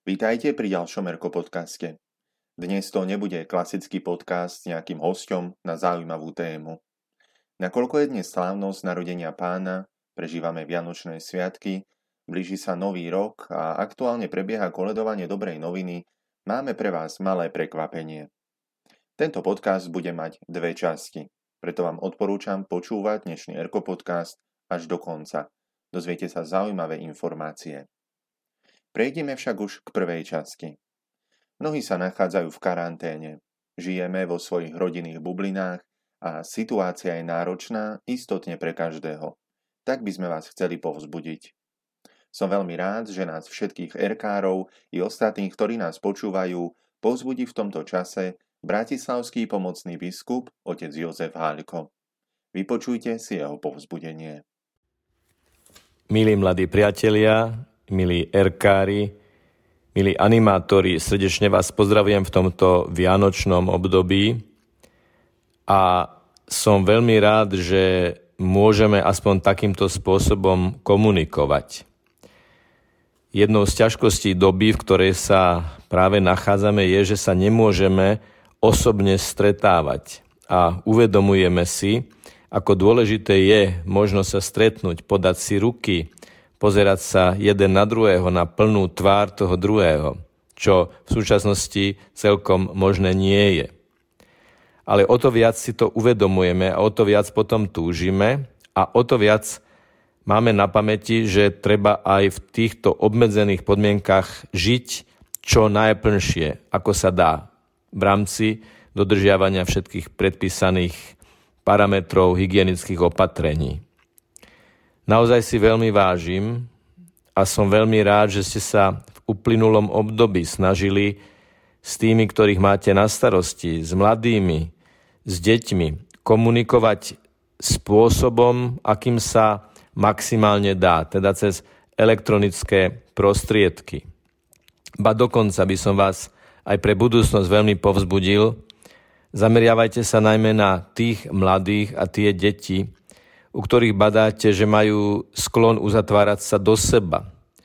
Vítajte pri ďalšom Erko podcaste. Dnes to nebude klasický podcast s nejakým hosťom na zaujímavú tému. Nakoľko je dnes slávnosť narodenia Pána, prežívame Vianočné sviatky, blíži sa Nový rok a aktuálne prebieha koledovanie dobrej noviny, máme pre vás malé prekvapenie. Tento podcast bude mať dve časti, preto vám odporúčam počúvať dnešný Erko podcast až do konca. Dozviete sa zaujímavé informácie. Prejdeme však už k prvej časti. Mnohí sa nachádzajú v karanténe. Žijeme vo svojich rodinných bublinách a situácia je náročná istotne pre každého. Tak by sme vás chceli povzbudiť. Som veľmi rád, že nás všetkých erkárov i ostatných, ktorí nás počúvajú, povzbudí v tomto čase bratislavský pomocný biskup otec Jozef Háľko. Vypočujte si jeho povzbudenie. Milí mladí priatelia, milí erkári, milí animátori, srdečne vás pozdravujem v tomto vianočnom období a som veľmi rád, že môžeme aspoň takýmto spôsobom komunikovať. Jednou z ťažkostí doby, v ktorej sa práve nachádzame, je, že sa nemôžeme osobne stretávať a uvedomujeme si, ako dôležité je možno sa stretnúť, podať si ruky, pozerať sa jeden na druhého, na plnú tvár toho druhého, čo v súčasnosti celkom možné nie je. Ale o to viac si to uvedomujeme a o to viac potom túžime a o to viac máme na pamäti, že treba aj v týchto obmedzených podmienkach žiť čo najplnšie, ako sa dá, v rámci dodržiavania všetkých predpísaných parametrov hygienických opatrení. Naozaj si veľmi vážim a som veľmi rád, že ste sa v uplynulom období snažili s tými, ktorých máte na starosti, s mladými, s deťmi, komunikovať spôsobom, akým sa maximálne dá, teda cez elektronické prostriedky. Ba dokonca by som vás aj pre budúcnosť veľmi povzbudil, zameriavajte sa najmä na tých mladých a tie deti, u ktorých badáte, že majú sklon uzatvárať sa do seba,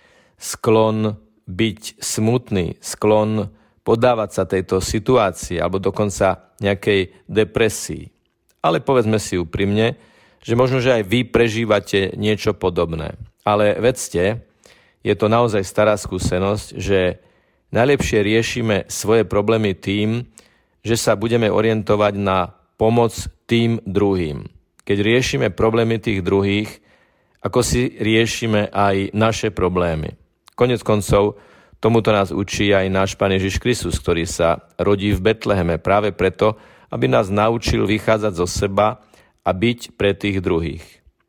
sklon byť smutný, sklon podávať sa tejto situácii alebo dokonca nejakej depresii. Ale povedzme si úprimne, že možno, že aj vy prežívate niečo podobné. Ale vedzte, je to naozaj stará skúsenosť, že najlepšie riešime svoje problémy tým, že sa budeme orientovať na pomoc tým druhým. Keď riešime problémy tých druhých, ako si riešime aj naše problémy. Konec koncov, tomuto nás učí aj náš Pán Ježiš Kristus, ktorý sa rodí v Betleheme práve preto, aby nás naučil vychádzať zo seba a byť pre tých druhých.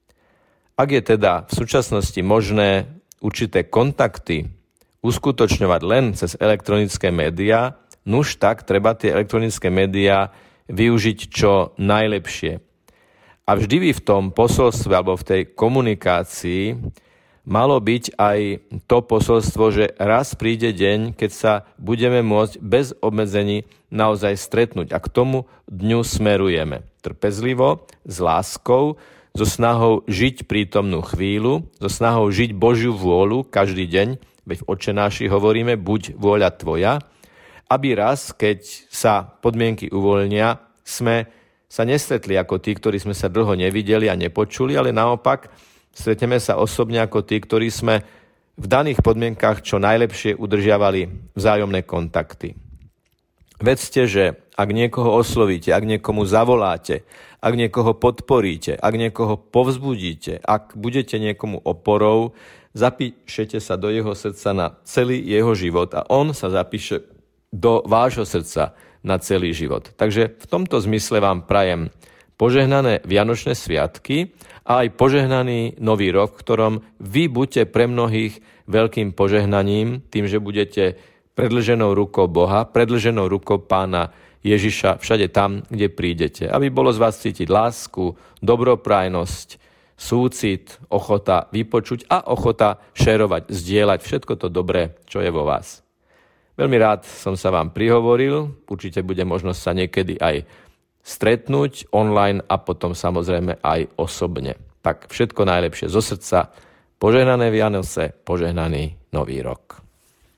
Ak je teda v súčasnosti možné určité kontakty uskutočňovať len cez elektronické médiá, nuž tak treba tie elektronické médiá využiť čo najlepšie. A vždy by v tom posolstve alebo v tej komunikácii malo byť aj to posolstvo, že raz príde deň, keď sa budeme môcť bez obmedzení naozaj stretnúť. A k tomu dňu smerujeme. Trpezlivo, s láskou, so snahou žiť prítomnú chvíľu, so snahou žiť Božiu vôľu každý deň, veď v Otčenáši hovoríme, buď vôľa tvoja, aby raz, keď sa podmienky uvoľnia, sme sa nestretli ako tí, ktorí sme sa dlho nevideli a nepočuli, ale naopak stretneme sa osobne ako tí, ktorí sme v daných podmienkach čo najlepšie udržiavali vzájomné kontakty. Vedzte, že ak niekoho oslovíte, ak niekomu zavoláte, ak niekoho podporíte, ak niekoho povzbudíte, ak budete niekomu oporou, zapíšete sa do jeho srdca na celý jeho život a on sa zapíše do vášho srdca na celý život. Takže v tomto zmysle vám prajem požehnané Vianočné sviatky a aj požehnaný Nový rok, v ktorom vy buďte pre mnohých veľkým požehnaním, tým, že budete predĺženou rukou Boha, predĺženou rukou Pána Ježiša všade tam, kde prídete. Aby bolo z vás cítiť lásku, dobroprajnosť, súcit, ochota vypočuť a ochota šerovať, zdieľať všetko to dobré, čo je vo vás. Veľmi rád som sa vám prihovoril, určite bude možnosť sa niekedy aj stretnúť online a potom samozrejme aj osobne. Tak všetko najlepšie zo srdca, požehnané Vianoce, požehnaný Nový rok.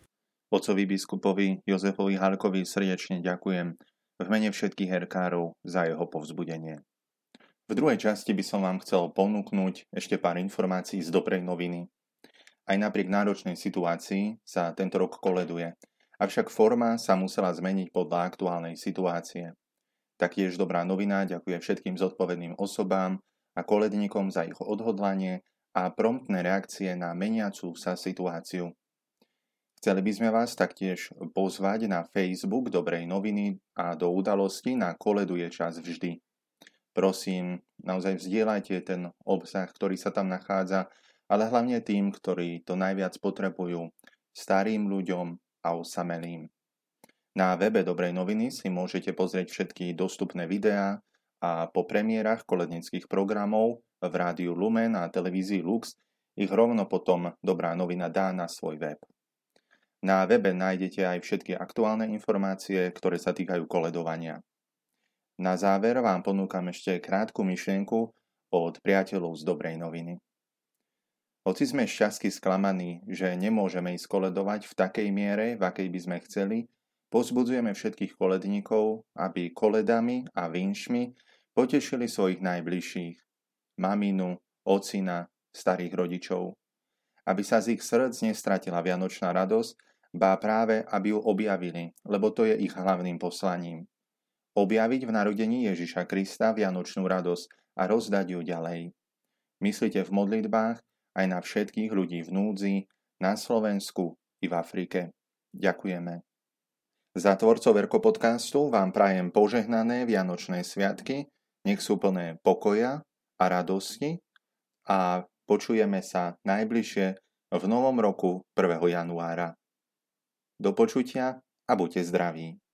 Otcovi biskupovi Jozefovi Halkovi srdečne ďakujem v mene všetkých herkárov za jeho povzbudenie. V druhej časti by som vám chcel ponúknuť ešte pár informácií z dobrej noviny. Aj napriek náročnej situácii sa tento rok koleduje, avšak forma sa musela zmeniť podľa aktuálnej situácie. Taktiež dobrá novina ďakuje všetkým zodpovedným osobám a koledníkom za ich odhodlanie a promptné reakcie na meniacu sa situáciu. Chceli by sme vás taktiež pozvať na Facebook Dobrej noviny a do udalosti na Koledu je čas vždy. Prosím, naozaj vzdielajte ten obsah, ktorý sa tam nachádza, ale hlavne tým, ktorí to najviac potrebujú, starým ľuďom a osamelým. Na webe Dobrej noviny si môžete pozrieť všetky dostupné videá a po premiérach kolednických programov v rádiu Lumen a televízii Lux ich rovno potom Dobrá novina dá na svoj web. Na webe nájdete aj všetky aktuálne informácie, ktoré sa týkajú koledovania. Na záver vám ponúkam ešte krátku myšlienku od priateľov z Dobrej noviny. Hoci sme šťastí sklamaní, že nemôžeme ísť koledovať v takej miere, v akej by sme chceli, povzbudzujeme všetkých koledníkov, aby koledami a vinšmi potešili svojich najbližších, maminu, ocina, starých rodičov. Aby sa z ich srdc nestratila vianočná radosť, ba práve, aby ju objavili, lebo to je ich hlavným poslaním. Objaviť v narodení Ježiša Krista vianočnú radosť a rozdať ju ďalej. Myslite v modlitbách aj na všetkých ľudí v núdzi, na Slovensku i v Afrike. Ďakujeme. Za tvorcov Verkopodcastu vám prajem požehnané vianočné sviatky, nech sú plné pokoja a radosti a počujeme sa najbližšie v novom roku 1. januára. Do počutia a buďte zdraví.